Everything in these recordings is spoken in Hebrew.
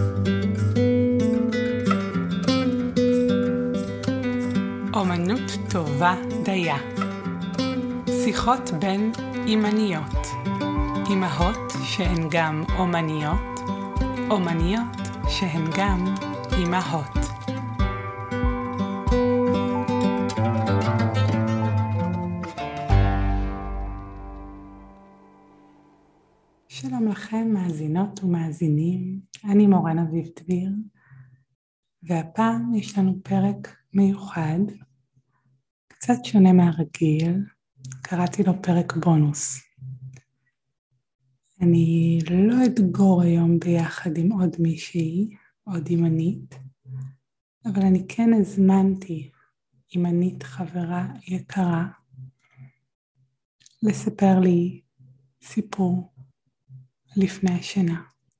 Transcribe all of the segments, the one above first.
אומנות טובה דייה. שיחות בין אימהות. אימהות שהן גם אומניות, אומניות שהן גם אימהות. שלום לכם מאזינות ומאזינים, אני מורן אביב דביר, והפעם יש לנו פרק מיוחד, קצת שונה מהרגיל, קראתי לו פרק בונוס. אני לא אתגור היום ביחד עם עוד מישהי, עוד אימנית, אבל אני כן הזמנתי אימנית חברה יקרה, לספר לי סיפור לפני השינה.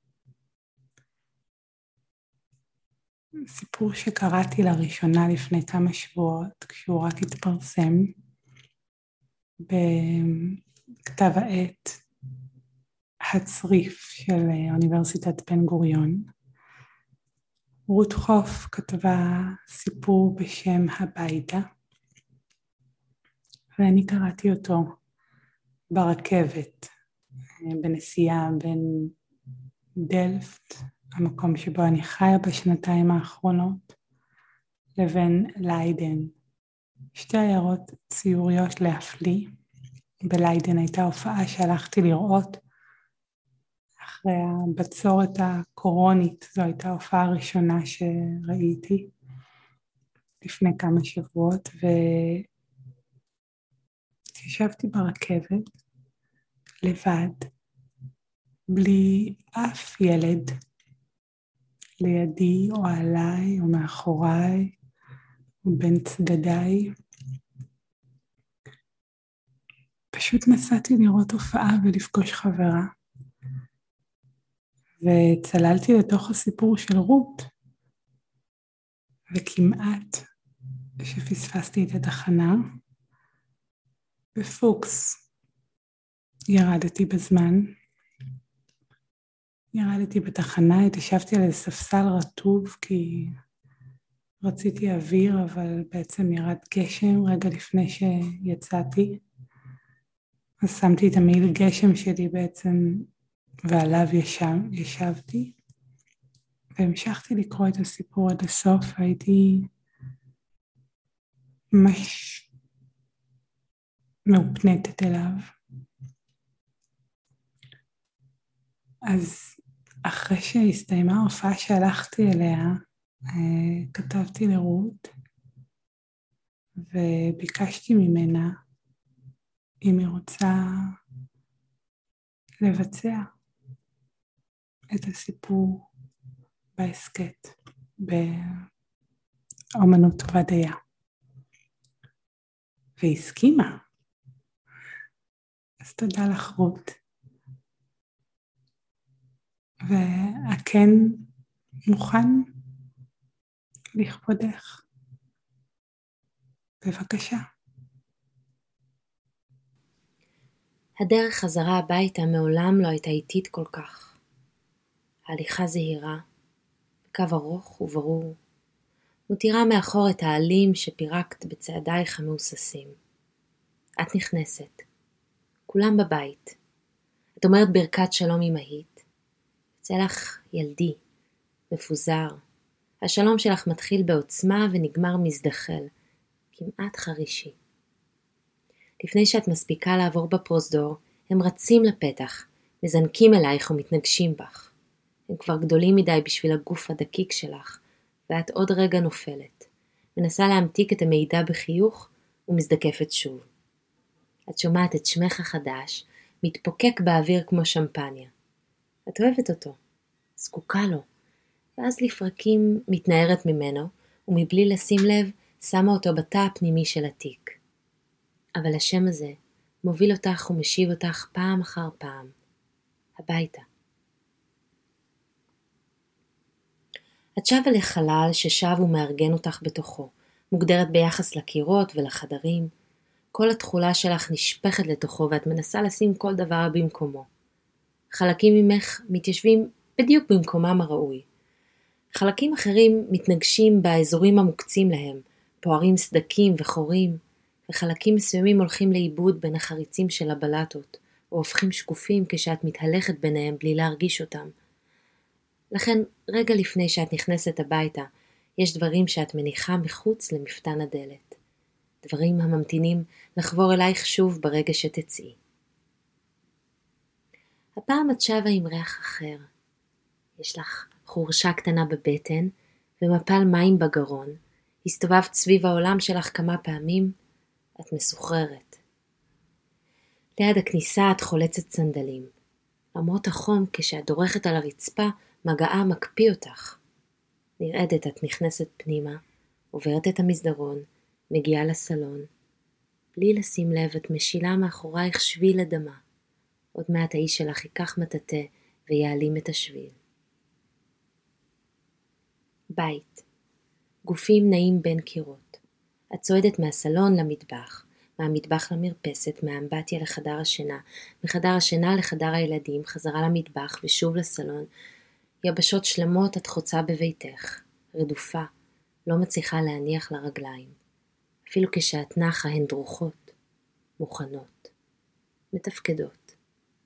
סיפור שקראתי לראשונה לפני כמה שבועות, כשהוא רק התפרסם בכתב העת הצריף של אוניברסיטת בן גוריון. רות חוף כתבה סיפור בשם הביתה, ואני קראתי אותו ברכבת, בנסיעה בין דלפט, המקום שבו אני חיה בשנתיים האחרונות, לבין ליידן. שתי עיירות ציוריות להפליא. בליידן הייתה הופעה שהלכתי לראות אחרי הבצורת הקורונית. זו הייתה ההופעה הראשונה שראיתי לפני כמה שבועות, וישבתי ברכבת לבד, בלי אף ילד לידי או עליי או מאחוריי או בין צדדיי. פשוט נסעתי לראות הופעה ולפגוש חברה, וצללתי לתוך הסיפור של רות, וכמעט שפספסתי את התחנה. בפוקס ירדתי בזמן, ירדתי בתחנה, התיישבתי על איזה ספסל רטוב כי רציתי אוויר, אבל בעצם ירד גשם רגע לפני שיצאתי. אז שמתי את המעיל גשם שלי בעצם, ועליו ישבתי, והמשכתי לקרוא את הסיפור עד הסוף. הייתי ממש מאופנתת אליו. אז אחרי שהסתיימה ההופעה שהלכתי אליה, כתבתי לרות וביקשתי ממנה אם היא רוצה לבצע את הסיפור בהסקט, באומנות טובה דייה. והיא הסכימה. אז תודה לך רות. והכן מוכן לכבודך. בבקשה. הדרך חזרה הביתה מעולם לא הייתה איטית כל כך. ההליכה זהירה, קו ארוך וברור, מותירה מאחור את העלים שפירקת בצעדייך המאוססים. את נכנסת, כולם בבית. את אומרת ברכת שלום אמהית, יצא לך ילדי, מפוזר. השלום שלך מתחיל בעוצמה ונגמר מזדחל, כמעט חרישי. לפני שאת מספיקה לעבור בפרוזדור, הם רצים לפתח, מזנקים אלייך ומתנגשים בך. הם כבר גדולים מדי בשביל הגוף הדקיק שלך, ואת עוד רגע נופלת. מנסה להמתיק את המידע בחיוך ומזדקפת שוב. את שומעת את שמך החדש, מתפוקק באוויר כמו שמפניה. את אוהבת אותו, זקוקה לו, ואז לפרקים מתנערת ממנו, ומבלי לשים לב, שמה אותו בתא הפנימי של התיק. אבל השם הזה מוביל אותך ומשיב אותך פעם אחר פעם, הביתה. את שבה לחלל ששב ומארגן אותך בתוכו, מוגדרת ביחס לקירות ולחדרים. כל התחולה שלך נשפכת לתוכו ואת מנסה לשים כל דבר במקומו. חלקים ממך מתיישבים בדיוק במקומם הראוי, חלקים אחרים מתנגשים באזורים המוקצים להם, פוערים סדקים וחורים, וחלקים מסוימים הולכים לאיבוד בין החריצים של הבלטות, או הופכים שקופים כשאת מתהלכת ביניהם בלי להרגיש אותם. לכן, רגע לפני שאת נכנסת הביתה, יש דברים שאת מניחה מחוץ למפתן הדלת. דברים הממתינים לחבור אלייך שוב ברגע שתצאי. הפעם את שבה עם ריח אחר. יש לך חורשה קטנה בבטן ומפל מים בגרון. הסתובבת סביב העולם שלך כמה פעמים, את מסוחררת. ליד הכניסה את חולצת סנדלים. למרות החום כשאת דורכת על הרצפה, מגעה מקפיא אותך. נרעדת את נכנסת פנימה, עוברת את המסדרון, מגיעה לסלון. בלי לשים לב את משילה מאחורייך שביל אדמה. עוד מעט האיש שלך ייקח מטאטא ויעלים את השביל. בית. גופים נעים בין קירות. את צועדת מהסלון למטבח, מהמטבח למרפסת, מהאמבטיה לחדר השינה, מחדר השינה לחדר הילדים, חזרה למטבח ושוב לסלון. יבשות שלמות את חוצה בביתך, רדופה, לא מצליחה להניח לרגליים. אפילו כשאת נחה הן דרוכות, מוכנות, מתפקדות.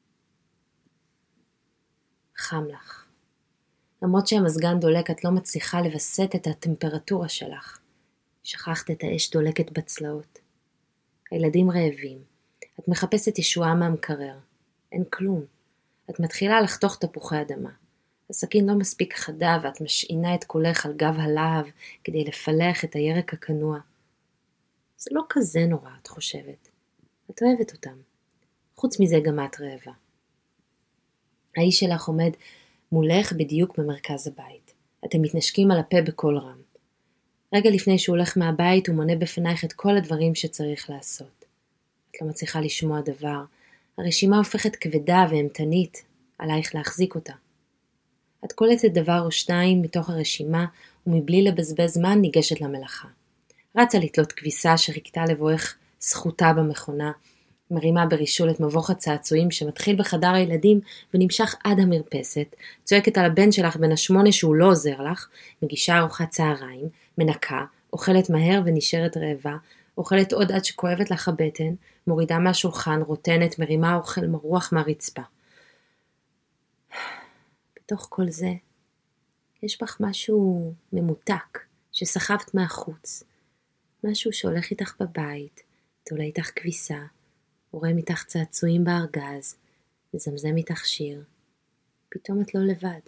חם לך. למרות שהמזגן דולק את לא מצליחה לבסט את הטמפרטורה שלך. שכחת את האש דולקת בצלעות. הילדים רעבים. את מחפשת ישועה מהמקרר. אין כלום. את מתחילה לחתוך תפוחי אדמה. הסכין לא מספיק חדה ואת משעינה את קולך על גב הלהב כדי לפלח את הירק הכנוע. זה לא כזה נורא, את חושבת. את אוהבת אותם. חוץ מזה גם את רעבה. האיש שלך עומד מולך בדיוק במרכז הבית. אתם מתנשקים על הפה בקול רם. רגע לפני שהוא הולך מהבית הוא מונה בפנייך את כל הדברים שצריך לעשות. את לא מצליחה לשמוע דבר. הרשימה הופכת כבדה והמתנית, עלייך להחזיק אותה. את קולטת דבר או שניים מתוך הרשימה ומבלי לבזבז זמן ניגשת למלאכה. רצה לתלות כביסה שחיכתה לבואך זכותה במכונה, מרימה ברישול את מבוך הצעצועים שמתחיל בחדר הילדים ונמשך עד המרפסת, צועקת על הבן שלך בן 8 שהוא לא עוזר לך, מגישה ארוחת צהריים, מנקה, אוכלת מהר ונשארת רעבה, אוכלת עוד עד שכואבת לך הבטן, מורידה מהשולחן, רוטנת, מרימה אוכל מרוח מהרצפה. בתוך כל זה, יש בך משהו ממותק שסחבת מהחוץ, משהו שהולך איתך בבית, תולה איתך כביסה, עורם איתך צעצועים בארגז, מזמזם איתך שיר. פתאום את לא לבד.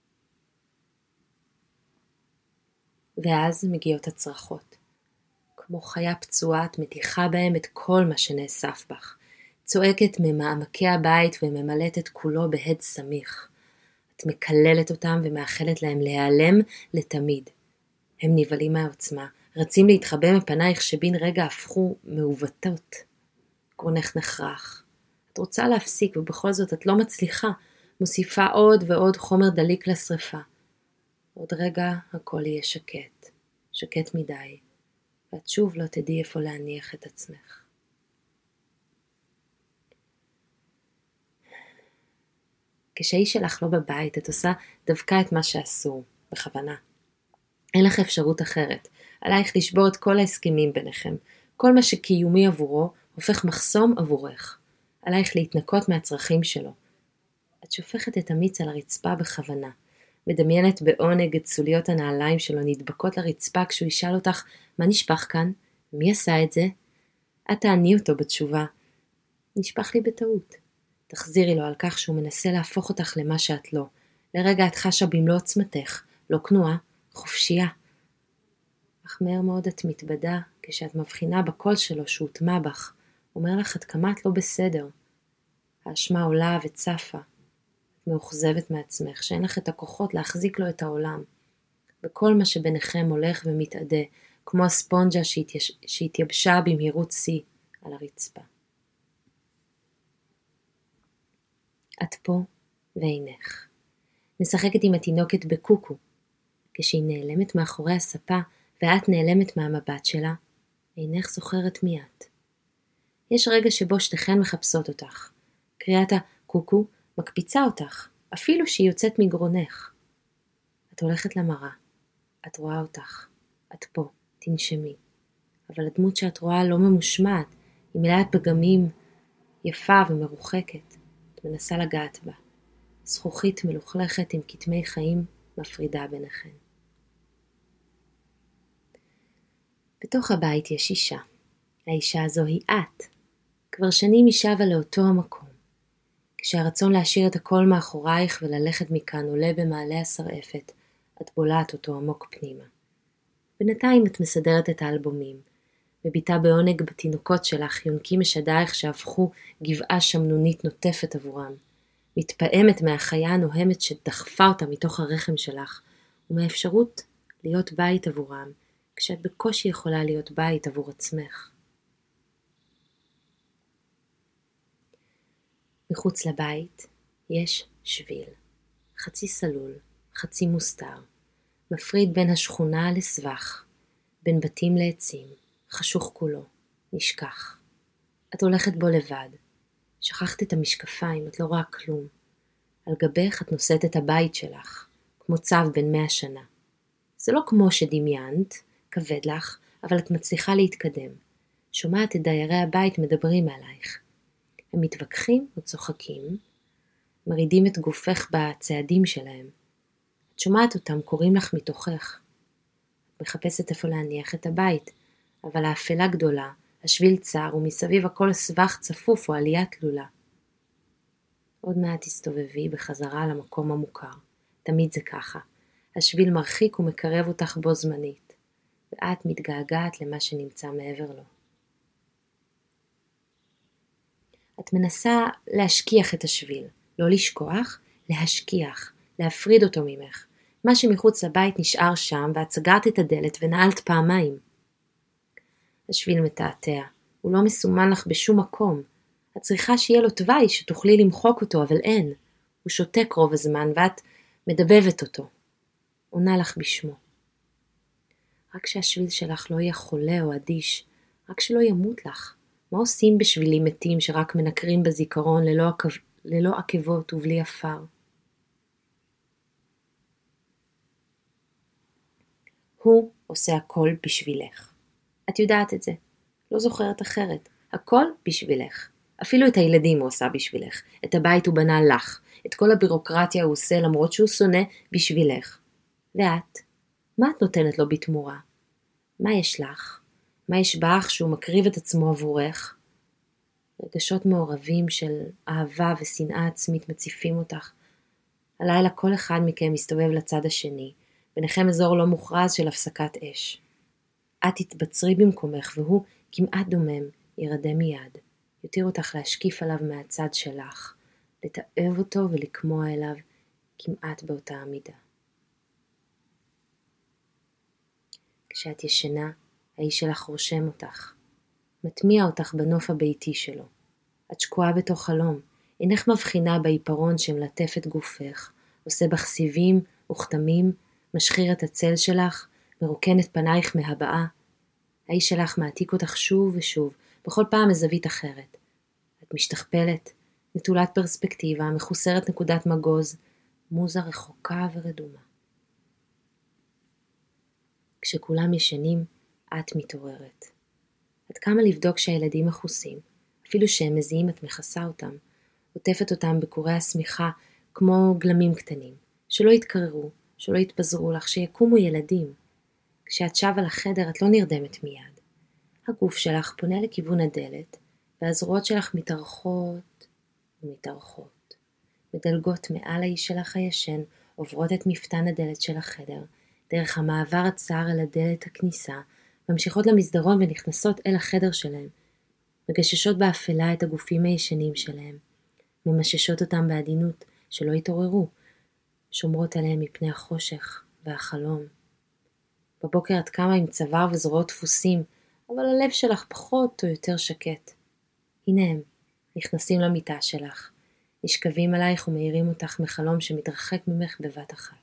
ואז מגיעות הצרחות. כמו חיה פצועה את מתיחה בהם את כל מה שנאסף בך. צועקת ממעמקי הבית וממלאת את כולו בהד סמיך. את מקללת אותם ומאחלת להם להיעלם לתמיד. הם נבלים מהעוצמה, רצים להתחבא מפנייך שבין רגע הפכו מעוותות. גרונך נחרח. את רוצה להפסיק ובכל זאת את לא מצליחה, מוסיפה עוד ועוד חומר דליק לשריפה. עוד רגע הכל יהיה שקט, שקט מדי, ואת שוב לא תדעי איפה להניח את עצמך. כשהאיש שלך לא בבית, את עושה דווקא את מה שאסור, בכוונה. אין לך אפשרות אחרת, עלייך לשבור את כל ההסכמים ביניכם, כל מה שקיומי עבורו הופך מחסום עבורך, עלייך להתנקות מהצרכים שלו. את שופכת את המיץ על הרצפה בכוונה, מדמיינת בעונג את סוליות הנעליים שלו נדבקות לרצפה כשהוא ישאל אותך מה נשפך כאן, מי עשה את זה? את תעני אותו בתשובה, נשפך לי בטעות. תחזירי לו על כך שהוא מנסה להפוך אותך למה שאת לא. לרגע את חשה במלוא עוצמתך, לא כנועה, חופשייה. אך מהר מאוד את מתבדה כשאת מבחינה בקול שלו שהוא טמא בך, אומר לך עד כמה את לא בסדר. האשמה עולה וצפה. את מאוכזבת מעצמך שאין לך את הכוחות להחזיק לו את העולם. וכל מה שביניכם הולך ומתעדה, כמו הספונג'ה שהתייבשה במהירות שיא על הרצפה. את פה ואינך. משחקת עם התינוקת בקוקו. כשהיא נעלמת מאחורי הספה ואת נעלמת מהמבט שלה, אינך זוכרת מי את. יש רגע שבו שתיכן מחפשות אותך. קריאת הקוקו מקפיצה אותך, אפילו שהיא יוצאת מגרונך. את הולכת למראה, את רואה אותך, את פה, תנשמי. אבל הדמות שאת רואה לא ממושמעת, היא מלאת פגמים, יפה ומרוחקת. את מנסה לגעת בה. זכוכית מלוכלכת עם כתמי חיים מפרידה ביניכן. בתוך הבית יש אישה. האישה הזו היא את. כבר שנים היא שבה לאותו המקום. כשהרצון להשאיר את הכל מאחורייך וללכת מכאן עולה במעלה השרעפת, את בולעת אותו עמוק פנימה. בינתיים את מסדרת את האלבומים, מביטה בעונג בתינוקות שלך יונקים משדייך שהפכו גבעה שמנונית נוטפת עבורם. מתפעמת מהחיה הנוהמת שדחפה אותה מתוך הרחם שלך, ומהאפשרות להיות בית עבורם, כשאת בקושי יכולה להיות בית עבור עצמך. מחוץ לבית יש שביל, חצי סלול, חצי מוסתר, מפריד בין השכונה לסבך, בין בתים לעצים, חשוך כולו, נשכח. את הולכת בו לבד, שכחת את המשקפיים, את לא רואה כלום. על גבך את נושאת את הבית שלך, כמו צו בן 100 שנה. זה לא כמו שדמיינת, כבד לך, אבל את מצליחה להתקדם. שומעת את דיירי הבית מדברים עלייך. הם מתווכחים או צוחקים, מרידים את גופך בצעדים שלהם. את שומעת אותם קוראים לך מתוכך. את מחפשת איפה להניח את הבית, אבל האפלה גדולה, השביל צר ומסביב הכל סבך צפוף או עלייה תלולה. עוד מעט תסתובבי בחזרה למקום המוכר. תמיד זה ככה. השביל מרחיק ומקרב אותך בו זמנית, ואת מתגעגעת למה שנמצא מעבר לו. את מנסה להשכיח את השביל, לא לשכוח, להשכיח, להפריד אותו ממך. מה שמחוץ לבית נשאר שם, ואת סגרת את הדלת ונעלת פעמיים. השביל מתעתע, הוא לא מסומן לך בשום מקום. את צריכה שיהיה לו תוואי שתוכלי למחוק אותו, אבל אין. הוא שותק רוב הזמן ואת מדבבת אותו. עונה לך בשמו. רק שהשביל שלך לא יהיה חולה או אדיש, רק שלא ימות לך. מה עושים בשבילים מתים שרק מנקרים בזיכרון ללא עקבות ובלי אפר? הוא עושה הכל בשבילך. את יודעת את זה. לא זוכרת אחרת. הכל בשבילך. אפילו את הילדים הוא עושה בשבילך. את הבית הוא בנה לך. את כל הבירוקרטיה הוא עושה למרות שהוא שונא בשבילך. ואת? מה את נותנת לו בתמורה? מה יש לך? מה יש בך שהוא מקריב את עצמו עבורך? רגשות מעורבים של אהבה ושנאה עצמית מציפים אותך. הלילה כל אחד מכם מסתובב לצד השני. ביניכם אזור לא מוכרז של הפסקת אש. את תתבצרי במקומך והוא כמעט דומם, ירדם מיד. יותיר אותך להשקיף עליו מהצד שלך, לתאב אותו ולקמוע אליו כמעט באותה המידה. כשאת ישנה, האיש שלך רושם אותך, מטמיע אותך בנוף הביתי שלו. את שקועה בתוך חלום, אינך מבחינה בעיפרון שמלטף את גופך, עושה בך סיבים וכתמים, משחיר את הצל שלך, מרוקן את פנייך מהבאה. האיש שלך מעתיק אותך שוב ושוב, בכל פעם מזווית אחרת. את משתכפלת, נטולת פרספקטיבה, מחוסרת נקודת מגוז, מוזה רחוקה ורדומה. כשכולם ישנים, את מתעוררת. את קמה לבדוק שהילדים מחוסים, אפילו שהם מזיעים את מכסה אותם, עוטפת אותם בקורי השמיכה כמו גלמים קטנים, שלא יתקררו, שלא יתפזרו לך, שיקומו ילדים. כשאת שבה לחדר את לא נרדמת מיד. הגוף שלך פונה לכיוון הדלת, והזרועות שלך מתארכות ומתארכות. מדלגות מעל האיש שלך הישן, עוברות את מפתן הדלת של החדר, דרך המעבר הצר אל הדלת הכניסה, ממשיכות למסדרון ונכנסות אל החדר שלהם, מגששות באפלה את הגופים הישנים שלהם, ממששות אותם בעדינות שלא יתעוררו, שומרות עליהם מפני החושך והחלום. בבוקר את קמה עם צוואר וזרועות דפוסים, אבל הלב שלך פחות או יותר שקט. הנה הם, נכנסים למיטה שלך, נשכבים עלייך ומאירים אותך מחלום שמתרחק ממך בבת אחת.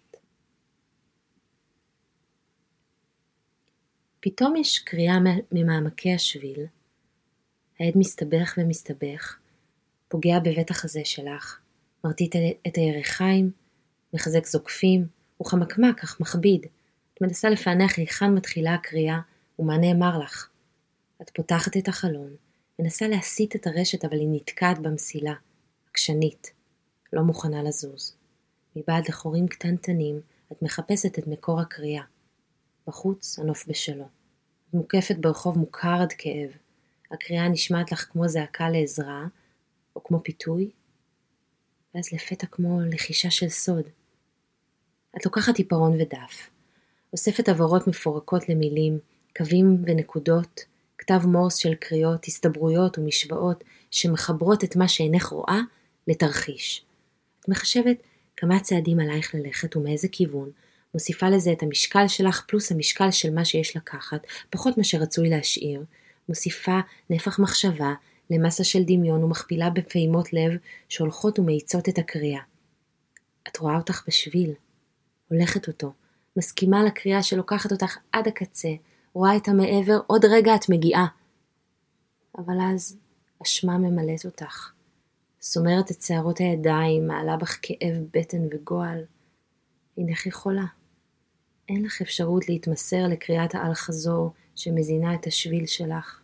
פתאום יש קריאה ממעמקי השביל, העד מסתבך ומסתבך, פוגע בבית החזה שלך, מרטיט את הירכיים, מחזק זוקפים, הוא חמקמק אך מכביד. את מנסה לפענח היכן מתחילה הקריאה ומה נאמר לך. את פותחת את החלון, מנסה להסיט את הרשת אבל היא נתקעת במסילה, עקשנית, לא מוכנה לזוז. מבעד לחורים קטנטנים את מחפשת את מקור הקריאה. בחוץ הנוף בשלו. את מוקפת ברחוב מוכר עד כאב. הקריאה נשמעת לך כמו זעקה לעזרה, או כמו פיתוי, ואז לפתע כמו לחישה של סוד. את לוקחת עיפרון ודף, אוספת עברות מפורקות למילים, קווים ונקודות, כתב מורס של קריאות, הסתברויות ומשוואות שמחברות את מה שאינך רואה לתרחיש. את מחשבת כמה צעדים עלייך ללכת ומאיזה כיוון, מוסיפה לזה את המשקל שלך פלוס המשקל של מה שיש לקחת, פחות מה שרצוי להשאיר, מוסיפה נפח מחשבה למסה של דמיון ומכפילה בפעימות לב שהולכות ומאיצות את הקריאה. את רואה אותך בשביל, הולכת אותו, מסכימה לקריאה שלוקחת אותך עד הקצה, רואה את המעבר, עוד רגע את מגיעה. אבל אז אשמה ממלאת אותך. סומרת את שערות הידיים, מעלה בך כאב בטן וגועל. אינך יכולה. אין לך אפשרות להתמסר לקריאת העל חזור שמזינה את השביל שלך.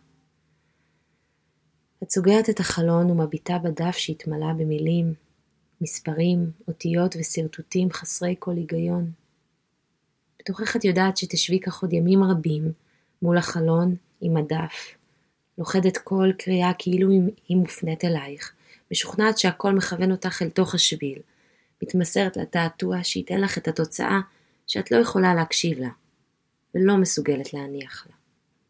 את סוגרת את החלון ומביטה בדף שהתמלא במילים, מספרים, אותיות וסרטוטים חסרי כל היגיון. בתוכך את יודעת שתשבי כך עוד ימים רבים מול החלון עם הדף, לוכדת כל קריאה כאילו היא מופנית אלייך, משוכנעת שהכל מכוון אותך אל תוך השביל, מתמסרת לתעתוע שייתן לך את התוצאה שאת לא יכולה להקשיב לה, ולא מסוגלת להניח לה.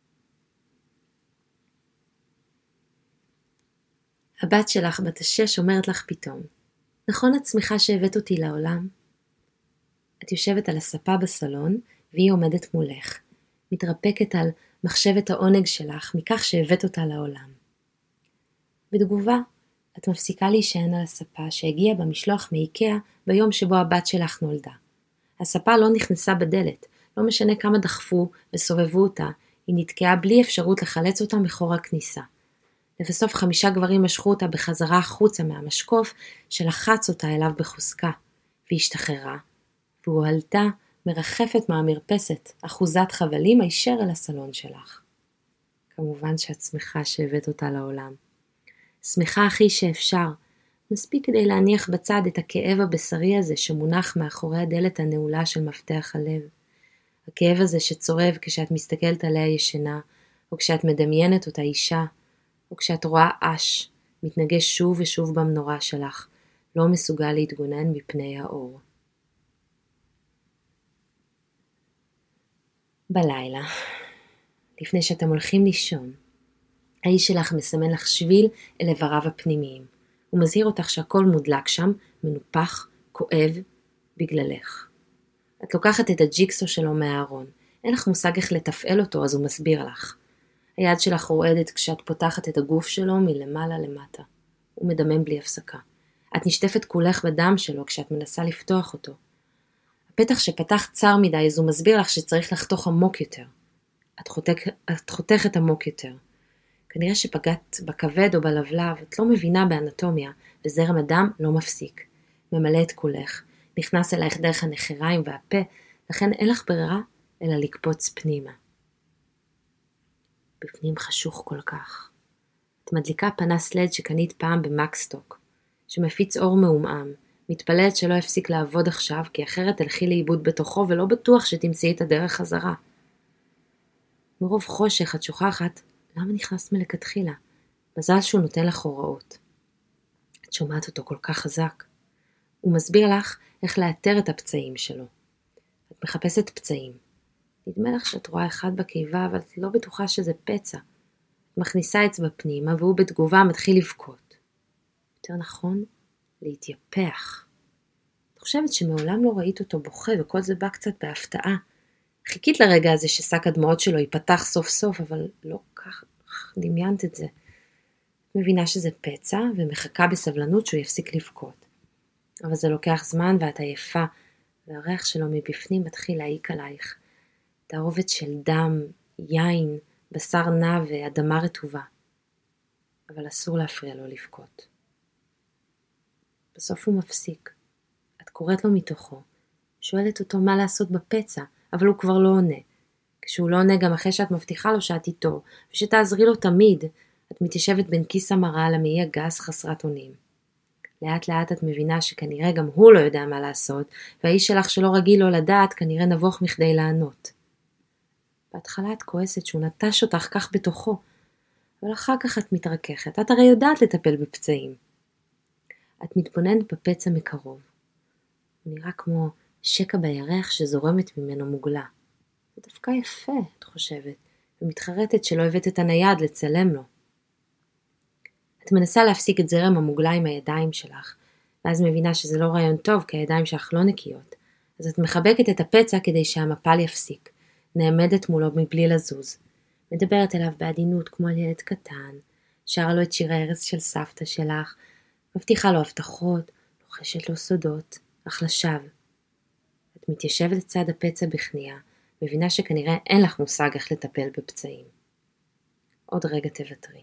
הבת שלך בת 6 אומרת לך פתאום, נכון את שמחה שהבאת אותי לעולם? את יושבת על הספה בסלון והיא עומדת מולך, מתרפקת על מחשבת העונג שלך מכך שהבאת אותה לעולם. בתגובה, את מפסיקה להישען על הספה שהגיעה במשלוח מאיקאה ביום שבו הבת שלך נולדה. הספה לא נכנסה בדלת, לא משנה כמה דחפו וסובבו אותה, היא נתקעה בלי אפשרות לחלץ אותה מחור הכניסה. לבסוף 5 גברים משכו אותה בחזרה החוצה מהמשקוף שלחץ אותה אליו בחוזקה, והיא השתחררה, והועלתה מרחפת מהמרפסת, אחוזת חבלים הישר אל הסלון שלך. כמובן שאת שמחה שהבאת אותה לעולם. שמחה הכי שאפשר, מספיק כדי להניח בצד את הכאב הבשרי הזה שמונח מאחורי הדלת הנעולה של מפתח הלב. הכאב הזה שצורב כשאת מסתכלת עליה ישנה, או כשאת מדמיינת אותה אישה, או כשאת רואה אש, מתנגש שוב ושוב במנורה שלך, לא מסוגל להתגונן מפני האור. בלילה, לפני שאתם הולכים לישון, האיש שלך מסמן לך שביל אל איבריו הפנימיים. הוא מזהיר אותך שהכל מודלק שם, מנופח, כואב, בגללך. את לוקחת את הג'יקסו שלו מהארון. אין לך מושג איך לתפעל אותו, אז הוא מסביר לך. היד שלך רועדת כשאת פותחת את הגוף שלו מלמעלה למטה. הוא מדמם בלי הפסקה. את נשטפת כולך בדם שלו כשאת מנסה לפתוח אותו. הפתח שפתח צר מדי, אז הוא מסביר לך שצריך לחתוך עמוק יותר. את חותכת עמוק יותר. כנראה שפגעת בכבד או בלבלב, את לא מבינה באנטומיה, וזרם הדם לא מפסיק. ממלא את כולך, נכנס אלייך דרך הנחריים והפה, לכן אין לך ברירה אלא לקפוץ פנימה. בפנים חשוך כל כך. את מדליקה פנס לד שקנית פעם במקסטוק, שמפיץ אור מעומעם, מתפלאת שלא הפסיק לעבוד עכשיו, כי אחרת תלכי לאיבוד בתוכו ולא בטוח שתמצאי את הדרך חזרה. מרוב חושך את שוכחת, למה נכנסת מלכתחילה? מזל שהוא נותן לך הוראות. את שומעת אותו כל כך חזק. הוא מסביר לך איך לאתר את הפצעים שלו. את מחפשת פצעים. נדמה לך שאת רואה אחד בקיבה, אבל את לא בטוחה שזה פצע. את מכניסה אצבע פנימה, והוא בתגובה מתחיל לבכות. יותר נכון, להתייפח. את חושבת שמעולם לא ראית אותו בוכה, וכל זה בא קצת בהפתעה. חיכית לרגע הזה ששק הדמעות שלו ייפתח סוף סוף, אבל לא כך דמיינת את זה. את מבינה שזה פצע, ומחכה בסבלנות שהוא יפסיק לבכות. אבל זה לוקח זמן ואת עייפה, והריח שלו מבפנים מתחיל להעיק עלייך. תערובת של דם, יין, בשר נע ואדמה רטובה. אבל אסור להפריע לו לבכות. בסוף הוא מפסיק. את קוראת לו מתוכו, שואלת אותו מה לעשות בפצע, אבל הוא כבר לא עונה. כשהוא לא עונה גם אחרי שאת מבטיחה לו שאת איתו, ושתעזרי לו תמיד, את מתיישבת בין כיס המראה למעי הגס חסרת אונים. לאט לאט את מבינה שכנראה גם הוא לא יודע מה לעשות, והאיש שלך שלא רגיל לו לדעת כנראה נבוך מכדי לענות. בהתחלה את כועסת שהוא נטש אותך כך בתוכו, אבל אחר כך את מתרככת, את הרי יודעת לטפל בפצעים. את מתבוננת בפצע מקרוב. הוא נראה כמו שקע בירח שזורמת ממנו מוגלה. זה דווקא יפה, את חושבת, ומתחרטת שלא הבאת את הנייד לצלם לו. את מנסה להפסיק את זרם המוגלה עם הידיים שלך, ואז מבינה שזה לא רעיון טוב כי הידיים שלך לא נקיות. אז את מחבקת את הפצע כדי שהמפל יפסיק. נעמדת מולו מבלי לזוז. מדברת אליו בעדינות כמו על ילד קטן, שרה לו את שיר הארץ של סבתא שלך, מבטיחה לו הבטחות, לוחשת לו סודות, אך לשווא. את מתיישבת לצד הפצע בכניעה, מבינה שכנראה אין לך מושג איך לטפל בפצעים. עוד רגע תוותרי.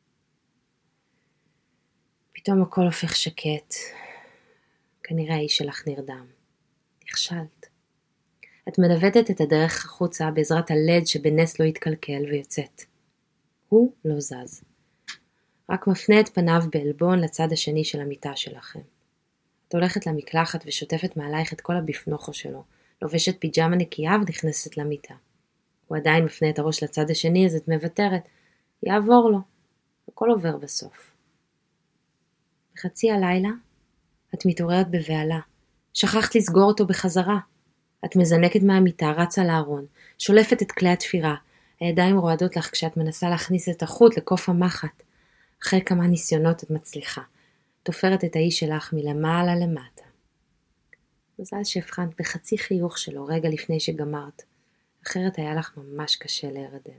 פתאום הכל הופך שקט. כנראה האיש שלך נרדם. נכשלת. את מנווטת את הדרך החוצה בעזרת הלד שבנס לא התקלקל ויוצאת. הוא לא זז. רק מפנה את פניו בעלבון לצד השני של המיטה שלכם. את הולכת למקלחת ושוטפת מעלייך את כל הבפנוכו שלו, לובשת פיג'מה נקייה ונכנסת למיטה. הוא עדיין מפנה את הראש לצד השני אז את מוותרת. יעבור לו. הכל עובר בסוף. בחצי הלילה את מתעוררת בבהלה. שכחת לסגור אותו בחזרה. את מזנקת מהמיטה, רצה לארון, שולפת את כלי התפירה. הידיים רועדות לך כשאת מנסה להכניס את החוט לקוף המחט. אחרי כמה ניסיונות את מצליחה. תופרת את האיש שלך מלמעלה למטה. מזל שהבחנת בחצי חיוך שלו רגע לפני שגמרת. אחרת היה לך ממש קשה להירדם.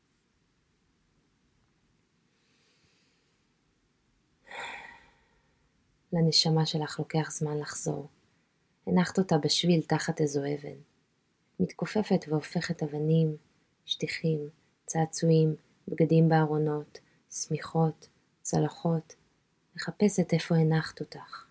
לנשמה שלך לוקח זמן לחזור. הנחת אותה בשביל תחת איזו אבן. מתכופפת והופכת אבנים, שטיחים, צעצועים, בגדים בארונות, סמיכות, צלחות. מחפשת איפה הנחת אותך.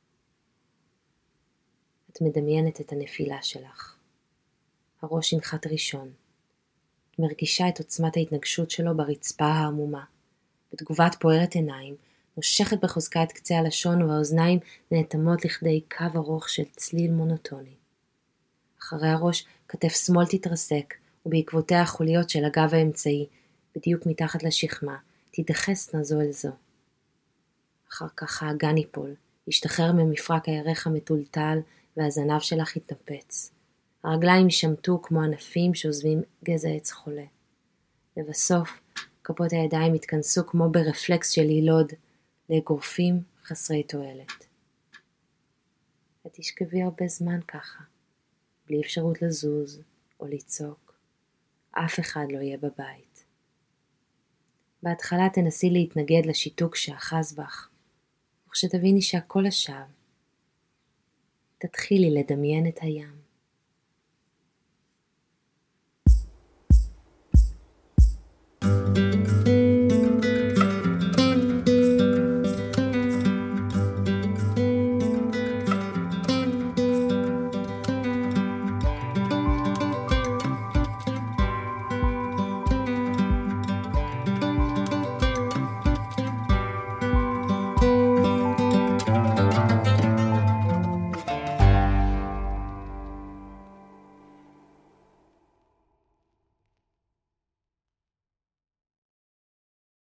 את מדמיינת את הנפילה שלך. הראש ינחת ראשון. את מרגישה את עוצמת ההתנגשות שלו ברצפה העמומה. בתגובת פוערת עיניים, נושכת בחוזקה את קצה הלשון והאוזניים נאטמות לכדי קו ארוך של צליל מונוטוני. אחרי הראש כתף שמאל תתרסק, ובעקבותיה החוליות של הגב האמצעי, בדיוק מתחת לשכמה, תידחסנה זו אל זו. אחר כך האגן ייפול, ישתחרר ממפרק הירך המטולטל והזנב שלך יתנפץ. הרגליים יישמטו כמו ענפים שעוזבים גזע עץ חולה. לבסוף, כפות הידיים יתכנסו כמו ברפלקס של ילוד, לאגרופים חסרי תועלת. את תשכבי הרבה זמן ככה, בלי אפשרות לזוז או לצעוק. אף אחד לא יהיה בבית. בהתחלה תנסי להתנגד לשיתוק שאחז בך, וכשתביני שהכל עכשיו, תתחילי לדמיין את הים.